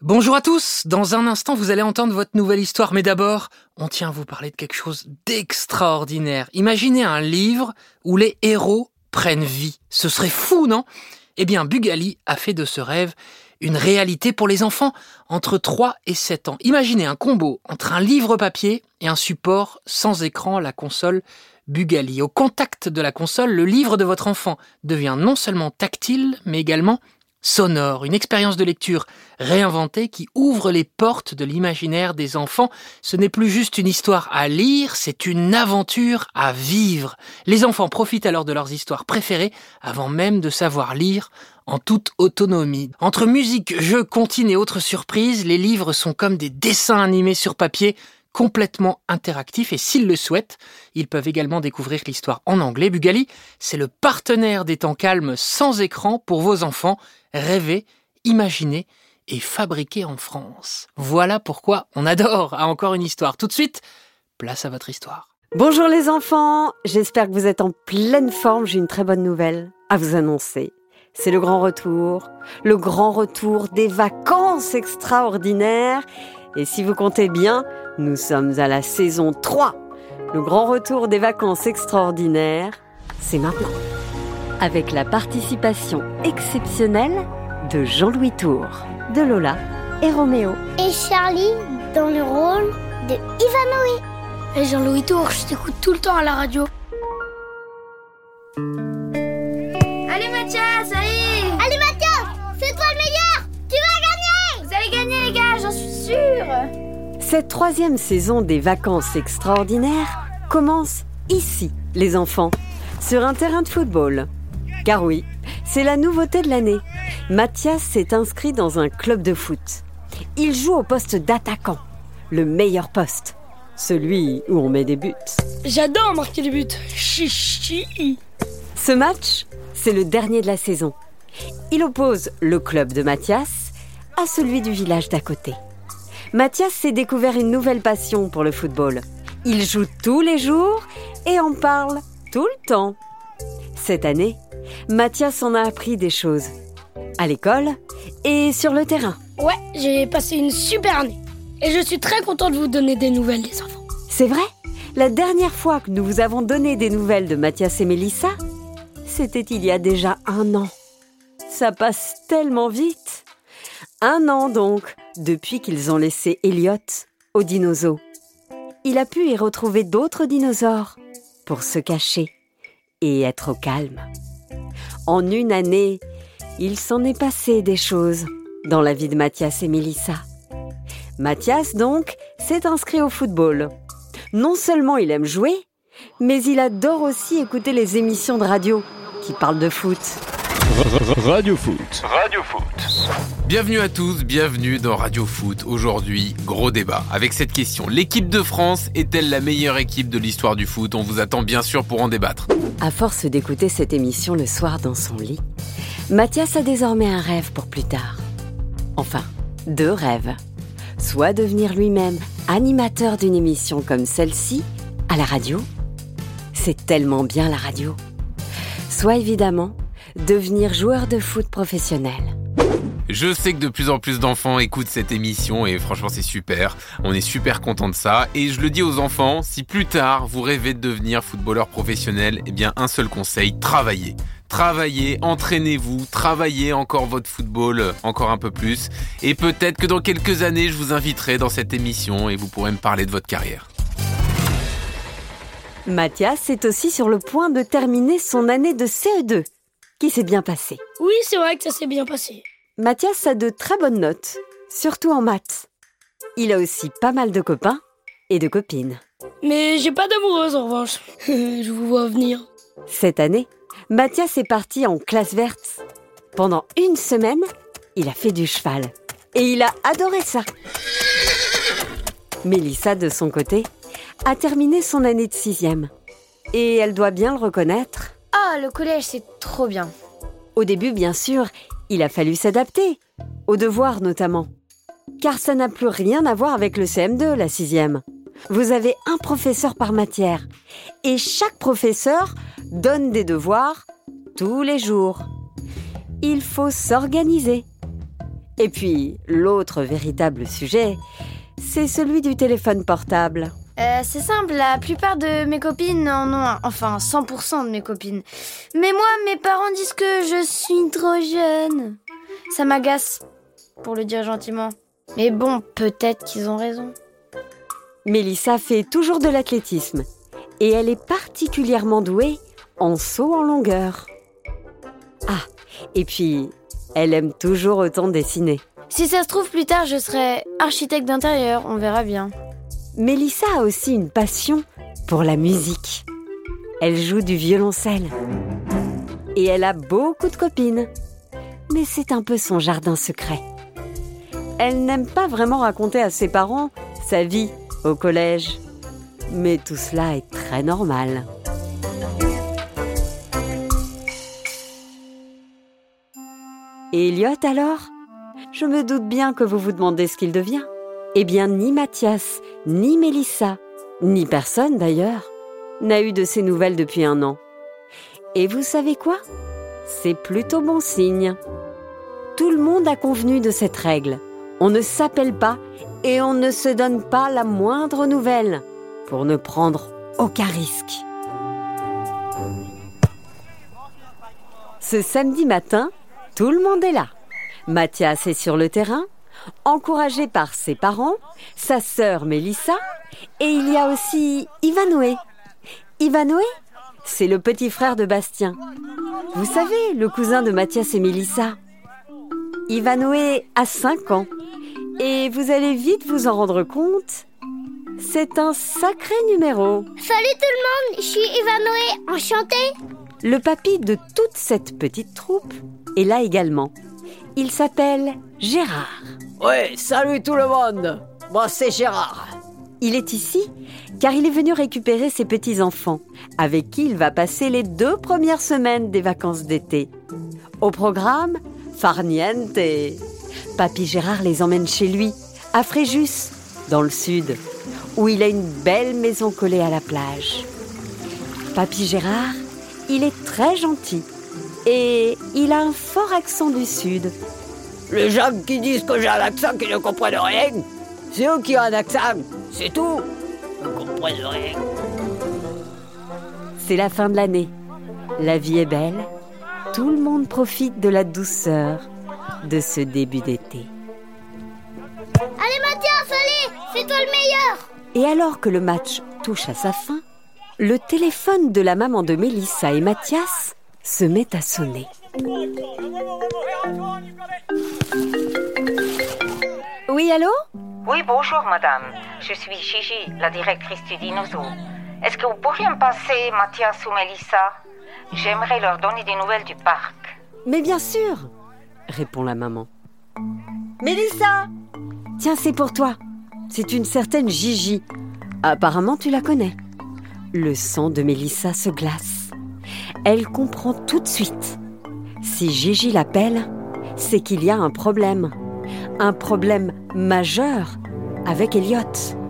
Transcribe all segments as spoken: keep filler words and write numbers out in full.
Bonjour à tous, dans un instant vous allez entendre votre nouvelle histoire, mais d'abord, on tient à vous parler de quelque chose d'extraordinaire. Imaginez un livre où les héros prennent vie. Ce serait fou, non ? Eh bien, Bugali a fait de ce rêve une réalité pour les enfants entre trois et sept ans. Imaginez un combo entre un livre papier et un support sans écran, la console Bugali. Au contact de la console, le livre de votre enfant devient non seulement tactile, mais également sonore, une expérience de lecture réinventée qui ouvre les portes de l'imaginaire des enfants. Ce n'est plus juste une histoire à lire, c'est une aventure à vivre. Les enfants profitent alors de leurs histoires préférées avant même de savoir lire en toute autonomie. Entre musique, jeux, comptines et autres surprises, les livres sont comme des dessins animés sur papier, complètement interactifs, et s'ils le souhaitent, ils peuvent également découvrir l'histoire en anglais. Bugali, c'est le partenaire des temps calmes sans écran pour vos enfants. Rêver, imaginer et fabriquer en France. Voilà pourquoi on adore à encore une histoire. Tout de suite, place à votre histoire. Bonjour les enfants, j'espère que vous êtes en pleine forme. J'ai une très bonne nouvelle à vous annoncer. C'est le grand retour, le grand retour des vacances extraordinaires. Et si vous comptez bien, nous sommes à la saison trois. Le grand retour des vacances extraordinaires, c'est maintenant. Avec la participation exceptionnelle de Jean-Louis Tour, de Lola et Roméo. Et Charlie dans le rôle de Ivanoé. Et Jean-Louis Tour, je t'écoute tout le temps à la radio. Allez Mathias, allez! Allez Mathias, c'est toi le meilleur! Tu vas gagner! Vous allez gagner les gars, j'en suis sûre! Cette troisième saison des vacances extraordinaires commence ici, les enfants, sur un terrain de football. Car oui, c'est la nouveauté de l'année. Mathias s'est inscrit dans un club de foot. Il joue au poste d'attaquant, le meilleur poste, celui où on met des buts. J'adore marquer des buts. Chichi. Ce match, c'est le dernier de la saison. Il oppose le club de Mathias à celui du village d'à côté. Mathias s'est découvert une nouvelle passion pour le football. Il joue tous les jours et en parle tout le temps. Cette année, Mathias en a appris des choses. À l'école et sur le terrain. Ouais, j'ai passé une super année. Et je suis très content de vous donner des nouvelles, les enfants. C'est vrai, la dernière fois que nous vous avons donné des nouvelles de Mathias et Mélissa, c'était il y a déjà un an. Ça passe tellement vite. Un an donc, depuis qu'ils ont laissé Elliot au dinosaure. Il a pu y retrouver d'autres dinosaures pour se cacher et être au calme. En une année, il s'en est passé des choses dans la vie de Mathias et Mélissa. Mathias, donc, s'est inscrit au football. Non seulement il aime jouer, mais il adore aussi écouter les émissions de radio qui parlent de foot. Radio Foot. Radio Foot. Bienvenue à tous, bienvenue dans Radio Foot. Aujourd'hui, gros débat avec cette question. L'équipe de France est-elle la meilleure équipe de l'histoire du foot ? On vous attend bien sûr pour en débattre. À force d'écouter cette émission le soir dans son lit, Mathias a désormais un rêve pour plus tard. Enfin, deux rêves. Soit devenir lui-même animateur d'une émission comme celle-ci, à la radio. C'est tellement bien la radio. Soit évidemment, devenir joueur de foot professionnel. Je sais que de plus en plus d'enfants écoutent cette émission et franchement c'est super, on est super content de ça. Et je le dis aux enfants, si plus tard vous rêvez de devenir footballeur professionnel, eh bien un seul conseil, travaillez. Travaillez, entraînez-vous, travaillez encore votre football encore un peu plus. Et peut-être que dans quelques années je vous inviterai dans cette émission et vous pourrez me parler de votre carrière. Mathias est aussi sur le point de terminer son année de C E deux, qui s'est bien passée. Oui, c'est vrai que ça s'est bien passé. Mathias a de très bonnes notes, surtout en maths. Il a aussi pas mal de copains et de copines. Mais j'ai pas d'amoureuse en revanche. Je vous vois venir. Cette année, Mathias est parti en classe verte. Pendant une semaine, il a fait du cheval. Et il a adoré ça. Mélissa, de son côté, a terminé son année de sixième. Et elle doit bien le reconnaître. Oh, le collège, c'est trop bien. Au début, bien sûr, il a fallu s'adapter, aux devoirs notamment. Car ça n'a plus rien à voir avec le C M deux, la sixième. Vous avez un professeur par matière. Et chaque professeur donne des devoirs tous les jours. Il faut s'organiser. Et puis, l'autre véritable sujet, c'est celui du téléphone portable. Euh, c'est simple, la plupart de mes copines en ont un. Enfin, cent pour cent de mes copines. Mais moi, mes parents disent que je suis trop jeune. Ça m'agace, pour le dire gentiment. Mais bon, peut-être qu'ils ont raison. Mélissa fait toujours de l'athlétisme et elle est particulièrement douée en saut en longueur. Ah, et puis, elle aime toujours autant dessiner. Si ça se trouve, plus tard, je serai architecte d'intérieur, on verra bien. Mélissa a aussi une passion pour la musique. Elle joue du violoncelle. Et elle a beaucoup de copines. Mais c'est un peu son jardin secret. Elle n'aime pas vraiment raconter à ses parents sa vie au collège. Mais tout cela est très normal. Et Elliot alors ? Je me doute bien que vous vous demandez ce qu'il devient. Eh bien, ni Mathias, ni Mélissa, ni personne d'ailleurs, n'a eu de ses nouvelles depuis un an. Et vous savez quoi ? C'est plutôt bon signe. Tout le monde a convenu de cette règle. On ne s'appelle pas et on ne se donne pas la moindre nouvelle pour ne prendre aucun risque. Ce samedi matin, tout le monde est là. Mathias est sur le terrain, encouragé par ses parents, sa sœur Mélissa, et il y a aussi Ivanoé. Ivanoé, c'est le petit frère de Bastien. Vous savez, le cousin de Mathias et Mélissa. Ivanoé a cinq ans, et vous allez vite vous en rendre compte, c'est un sacré numéro. Salut tout le monde, je suis Ivanoé, enchantée. Le papy de toute cette petite troupe est là également. Il s'appelle Gérard. Ouais, salut tout le monde. Moi, c'est Gérard. Il est ici car il est venu récupérer ses petits-enfants, avec qui il va passer les deux premières semaines des vacances d'été. Au programme, farniente. Papy Gérard les emmène chez lui, à Fréjus, dans le sud, où il a une belle maison collée à la plage. Papy Gérard, il est très gentil et il a un fort accent du sud. Les gens qui disent que j'ai un accent qui ne comprennent rien, c'est eux qui ont un accent, c'est tout. Ils ne comprennent rien. C'est la fin de l'année. La vie est belle. Tout le monde profite de la douceur de ce début d'été. Allez Mathias, allez, c'est toi le meilleur. Et alors que le match touche à sa fin, le téléphone de la maman de Mélissa et Mathias se met à sonner. Oui, allô ? Oui, bonjour madame. Je suis Gigi, la directrice du dinosaure. Est-ce que vous pourriez me passer Mathias ou Mélissa ? J'aimerais leur donner des nouvelles du parc. Mais bien sûr, répond la maman. Mélissa ! Tiens, c'est pour toi. C'est une certaine Gigi. Apparemment, tu la connais. Le sang de Mélissa se glace. Elle comprend tout de suite. Si Gigi l'appelle, c'est qu'il y a un problème. Un problème majeur avec Elliot.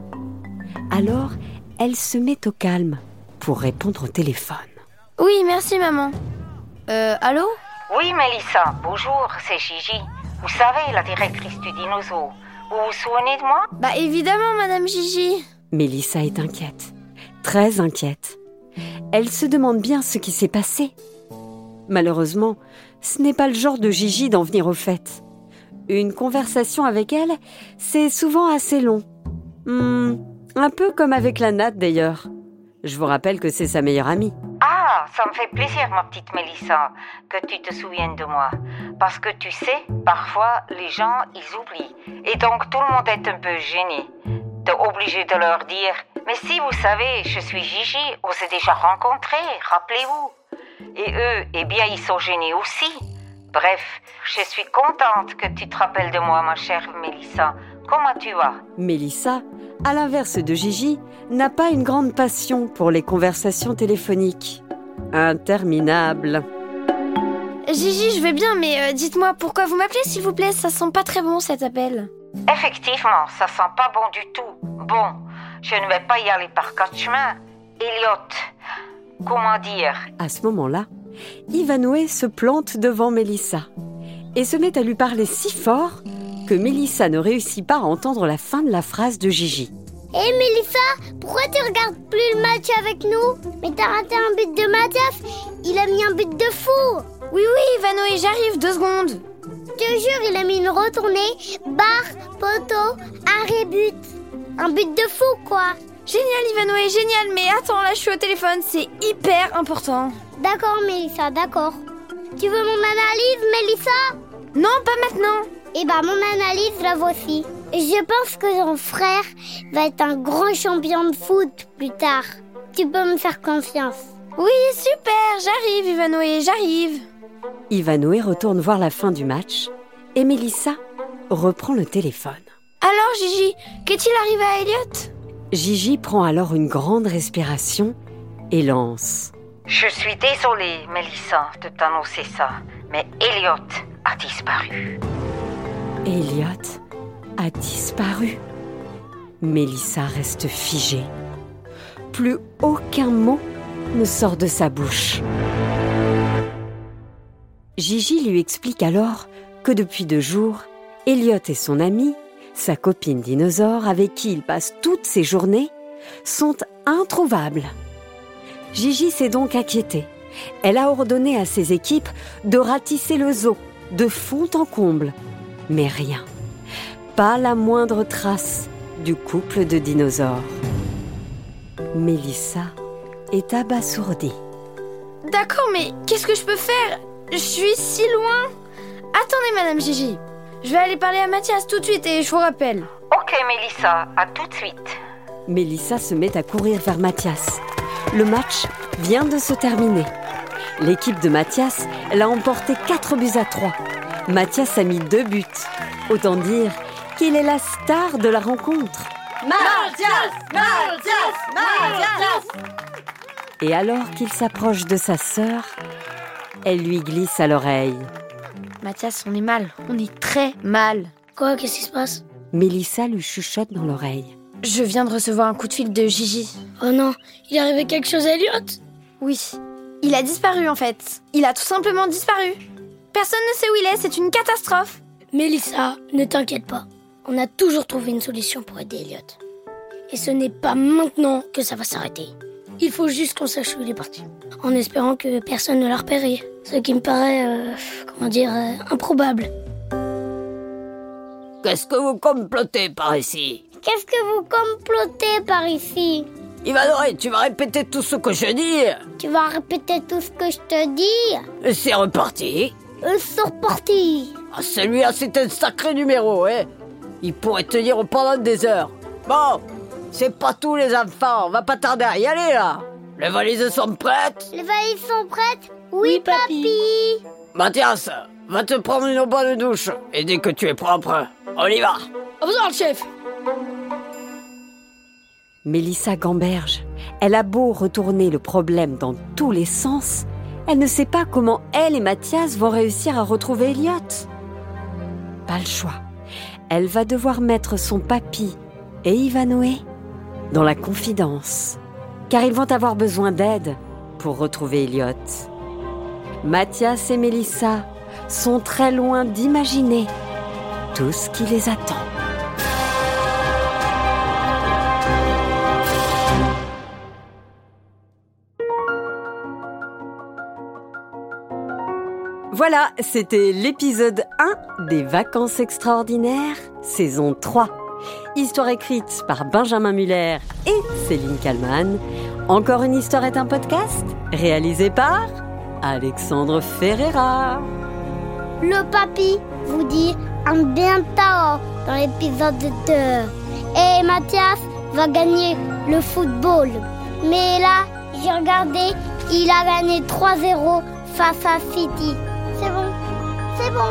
Alors, elle se met au calme pour répondre au téléphone. Oui, merci maman. Euh, allô ? Oui, Mélissa, bonjour, c'est Gigi. Vous savez, la directrice du dinosaure. Vous vous souvenez de moi ? Bah évidemment, madame Gigi. Mélissa est inquiète, très inquiète. Elle se demande bien ce qui s'est passé. Malheureusement, ce n'est pas le genre de Gigi d'en venir au fait. Une conversation avec elle, c'est souvent assez long. Hmm, un peu comme avec la natte d'ailleurs. Je vous rappelle que c'est sa meilleure amie. Ah, ça me fait plaisir, ma petite Mélissa, que tu te souviennes de moi. Parce que tu sais, parfois, les gens, ils oublient. Et donc, tout le monde est un peu gêné. T'es obligé de leur dire « Mais si, vous savez, je suis Gigi, on s'est déjà rencontrés, rappelez-vous. » Et eux, eh bien, ils sont gênés aussi. Bref, je suis contente que tu te rappelles de moi, ma chère Mélissa. Comment tu vas ? Mélissa, à l'inverse de Gigi, n'a pas une grande passion pour les conversations téléphoniques. Interminables. Gigi, je vais bien, mais euh, dites-moi pourquoi vous m'appelez, s'il vous plaît. Ça sent pas très bon, cet appel. Effectivement, ça sent pas bon du tout. Bon, je ne vais pas y aller par quatre chemins. Elliot, comment dire ? À ce moment-là, Ivanoé se plante devant Mélissa et se met à lui parler si fort que Mélissa ne réussit pas à entendre la fin de la phrase de Gigi. Hé hey Mélissa, pourquoi tu regardes plus le match avec nous? Mais t'as raté un but de Mathias, il a mis un but de fou. Oui, oui, Ivanoé, j'arrive, deux secondes. Je te jure, il a mis une retournée, barre, poteau, arrêt, but. Un but de fou, quoi. Génial, Ivanoé, génial, mais attends, là, je suis au téléphone, c'est hyper important. D'accord, Mélissa, d'accord. Tu veux mon analyse, Mélissa? Non, pas maintenant. Eh ben, mon analyse, la voici. Je pense que ton frère va être un grand champion de foot plus tard. Tu peux me faire confiance. Oui, super, j'arrive, Ivanoé, j'arrive. Ivanoé retourne voir la fin du match et Mélissa reprend le téléphone. Alors, Gigi, qu'est-il arrivé à Elliot? Gigi prend alors une grande respiration et lance. Je suis désolée, Mélissa, de t'annoncer ça, mais Elliot a disparu. Elliot a disparu. Mélissa reste figée. Plus aucun mot ne sort de sa bouche. Gigi lui explique alors que depuis deux jours, Elliot et son ami, sa copine dinosaure avec qui il passe toutes ses journées, sont introuvables. Gigi s'est donc inquiétée. Elle a ordonné à ses équipes de ratisser le zoo de fond en comble. Mais rien. Pas la moindre trace du couple de dinosaures. Mélissa est abasourdie. D'accord, mais qu'est-ce que je peux faire? Je suis si loin. Attendez, Madame Gigi. Je vais aller parler à Mathias tout de suite et je vous rappelle. Ok, Mélissa, à tout de suite. Mélissa se met à courir vers Mathias. Le match vient de se terminer. L'équipe de Mathias l'a emporté quatre buts à trois. Mathias a mis deux buts. Autant dire qu'il est la star de la rencontre. Mathias, Mathias, Mathias. Et alors qu'il s'approche de sa sœur, elle lui glisse à l'oreille. Mathias, on est mal. On est très mal. Quoi, qu'est-ce qui se passe? Mélissa lui chuchote dans l'oreille. Je viens de recevoir un coup de fil de Gigi. Oh non, il est arrivé quelque chose à Elliot? Oui, il a disparu en fait. Il a tout simplement disparu. Personne ne sait où il est, c'est une catastrophe. Mélissa, ne t'inquiète pas. On a toujours trouvé une solution pour aider Elliot. Et ce n'est pas maintenant que ça va s'arrêter. Il faut juste qu'on sache où il est parti. En espérant que personne ne l'a repéré. Ce qui me paraît, euh, comment dire, euh, improbable. Qu'est-ce que vous complotez par ici? Qu'est-ce que vous complotez par ici? Ivanoé, tu vas répéter tout ce que je dis. Tu vas répéter tout ce que je te dis. C'est reparti. Euh, C'est reparti. Ah, celui-là, c'est un sacré numéro, hein. Il pourrait tenir pendant des heures. Bon, c'est pas tous les enfants, on va pas tarder à y aller, là. Les valises sont prêtes? Les valises sont prêtes? Oui, papy. Mathias, va te prendre une bonne douche. Et dès que tu es propre, on y va. Au revoir, le chef. Mélissa gamberge. Elle a beau retourner le problème dans tous les sens, elle ne sait pas comment elle et Mathias vont réussir à retrouver Elliot. Pas le choix. Elle va devoir mettre son papy et Ivanoé dans la confidence, car ils vont avoir besoin d'aide pour retrouver Elliot. Mathias et Mélissa sont très loin d'imaginer tout ce qui les attend. Voilà, c'était l'épisode un des Vacances extraordinaires, saison trois. Histoire écrite par Benjamin Muller et Céline Kallmann. Encore une histoire est un podcast réalisé par Alexandre Ferreira. Le papy vous dit un bientôt dans l'épisode deux. Et Mathias va gagner le football. Mais là, j'ai regardé, il a gagné trois zéro face à City. C'est bon, c'est bon.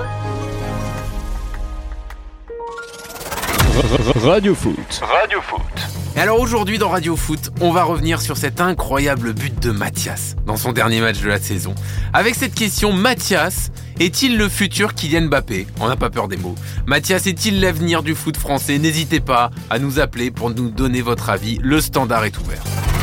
Radio Foot. Radio Foot. Et alors aujourd'hui dans Radio Foot, on va revenir sur cet incroyable but de Mathias dans son dernier match de la saison. Avec cette question, Mathias est-il le futur Kylian Mbappé? On n'a pas peur des mots. Mathias est-il l'avenir du foot français? N'hésitez pas à nous appeler pour nous donner votre avis. Le standard est ouvert.